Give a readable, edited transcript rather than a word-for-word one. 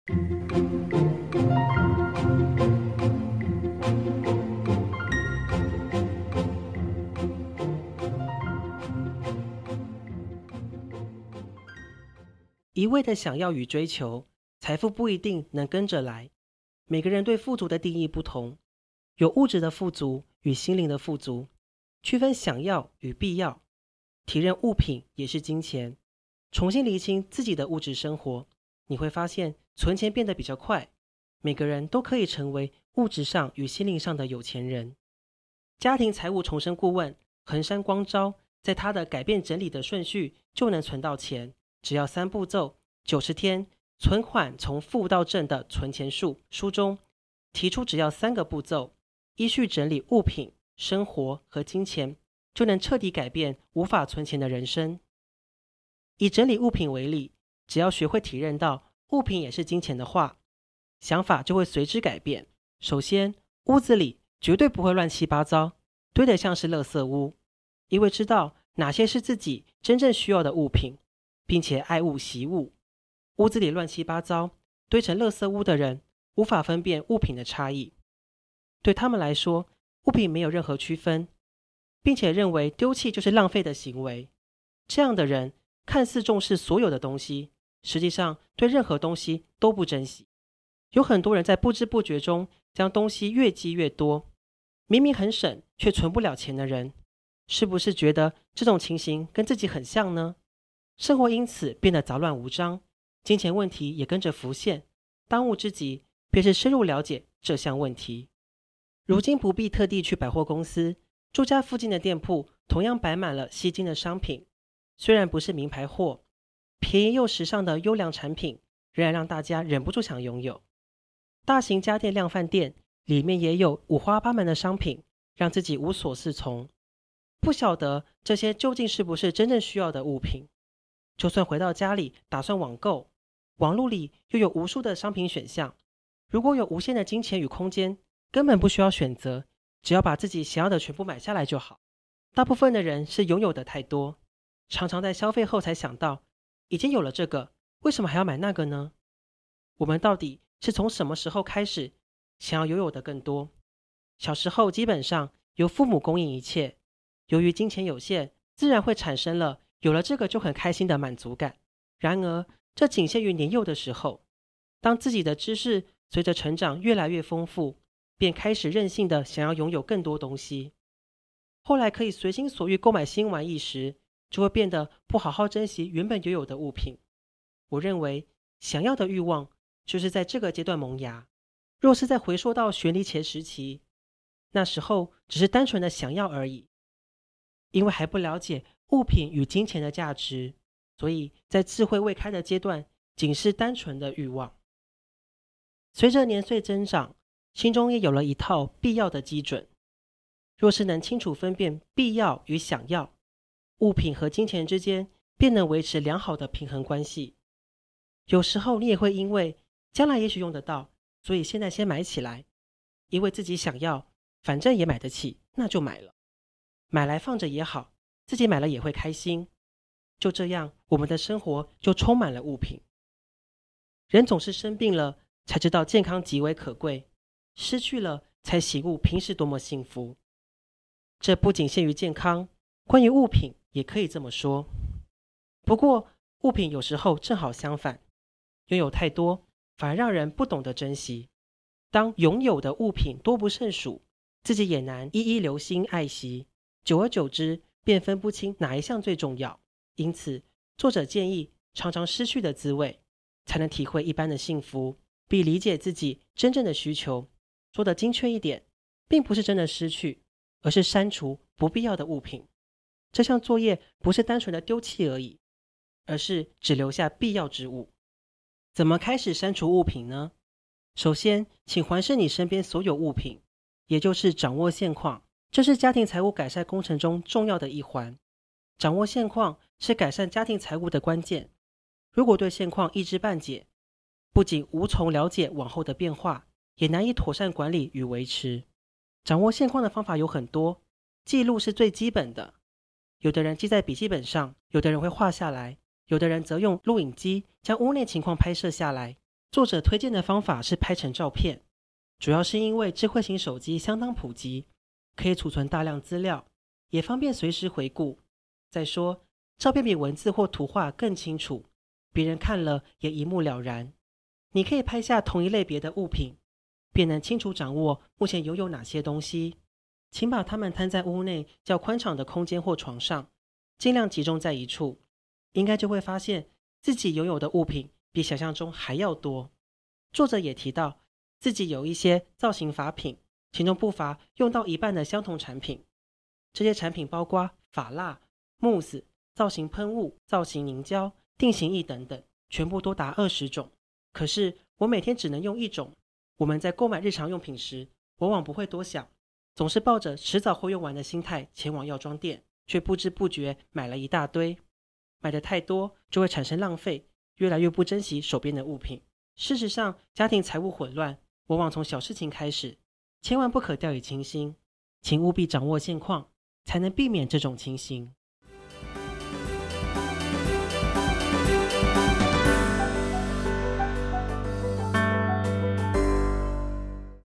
一味的想要与追求，财富不一定能跟着来。每个人对富足的定义不同，有物质的富足与心灵的富足，区分想要与必要，体认物品也是金钱，重新厘清自己的物质生活，你会发现存钱变得比较快。每个人都可以成为物质上与心灵上的有钱人。家庭财务重生顾问横山光昭在他的改变整理的顺序就能存到钱，只要3步骤，90天存款从负到正的存钱术书中提出，只要3个步骤，依序整理物品、生活和金钱，就能彻底改变无法存钱的人生。以整理物品为例，只要学会体认到物品也是金钱的话，想法就会随之改变。首先，屋子里绝对不会乱七八糟，堆得像是垃圾屋，因为知道哪些是自己真正需要的物品，并且爱物惜物。屋子里乱七八糟，堆成垃圾屋的人无法分辨物品的差异，对他们来说，物品没有任何区分，并且认为丢弃就是浪费的行为。这样的人看似重视所有的东西，实际上对任何东西都不珍惜。有很多人在不知不觉中将东西越积越多，明明很省却存不了钱的人，是不是觉得这种情形跟自己很像呢？生活因此变得杂乱无章，金钱问题也跟着浮现。当务之急便是深入了解这项问题。如今不必特地去百货公司，住家附近的店铺同样摆满了吸金的商品。虽然不是名牌货，便宜又时尚的优良产品仍然让大家忍不住想拥有。大型家电量贩店里面也有五花八门的商品，让自己无所适从。不晓得这些究竟是不是真正需要的物品。就算回到家里打算网购，网络里又有无数的商品选项。如果有无限的金钱与空间，根本不需要选择，只要把自己想要的全部买下来就好。大部分的人是拥有的太多，常常在消费后才想到，已经有了这个，为什么还要买那个呢？我们到底是从什么时候开始想要拥有的更多？小时候基本上由父母供应一切，由于金钱有限，自然会产生了有了这个就很开心的满足感。然而这仅限于年幼的时候，当自己的知识随着成长越来越丰富，便开始任性的想要拥有更多东西。后来可以随心所欲购买新玩意时，就会变得不好好珍惜原本拥有的物品。我认为想要的欲望就是在这个阶段萌芽。若是再回溯到学龄前时期，那时候只是单纯的想要而已，因为还不了解物品与金钱的价值，所以在智慧未开的阶段，仅是单纯的欲望。随着年岁增长，心中也有了一套必要的基准。若是能清楚分辨必要与想要，物品和金钱之间便能维持良好的平衡关系。有时候你也会因为将来也许用得到，所以现在先买起来，因为自己想要，反正也买得起，那就买了。买来放着也好，自己买了也会开心。就这样，我们的生活就充满了物品。人总是生病了才知道健康极为可贵，失去了才醒悟平时多么幸福。这不仅限于健康，关于物品也可以这么说。不过物品有时候正好相反，拥有太多反而让人不懂得珍惜。当拥有的物品多不胜数，自己也难一一留心爱惜，久而久之便分不清哪一项最重要。因此作者建议常常失去的滋味，才能体会一般的幸福，并理解自己真正的需求。说得精确一点，并不是真的失去，而是删除不必要的物品。这项作业不是单纯的丢弃而已，而是只留下必要之物。怎么开始删除物品呢？首先，请环视你身边所有物品，也就是掌握现况。这是家庭财务改善工程中重要的一环。掌握现况是改善家庭财务的关键。如果对现况一知半解，不仅无从了解往后的变化，也难以妥善管理与维持。掌握现况的方法有很多，记录是最基本的。有的人记在笔记本上，有的人会画下来，有的人则用录影机将屋内情况拍摄下来， 作者推荐的方法是拍成照片，主要是因为智慧型手机相当普及，可以储存大量资料，也方便随时回顾。再说，照片比文字或图画更清楚，别人看了也一目了然。你可以拍下同一类别的物品，便能清楚掌握目前拥有哪些东西。请把它们摊在屋内较宽敞的空间或床上，尽量集中在一处，应该就会发现自己拥有的物品比想象中还要多。作者也提到，自己有一些造型法品，其中不乏用到一半的相同产品。这些产品包括发蜡、慕斯、造型喷雾、造型凝胶、定型液等等，全部多达20种。可是我每天只能用一种。我们在购买日常用品时，往往不会多想，总是抱着迟早会用完的心态前往药妆店，却不知不觉买了一大堆。买的太多就会产生浪费，越来越不珍惜手边的物品。事实上，家庭财务混乱往往从小事情开始，千万不可掉以轻心，请务必掌握现况，才能避免这种情形。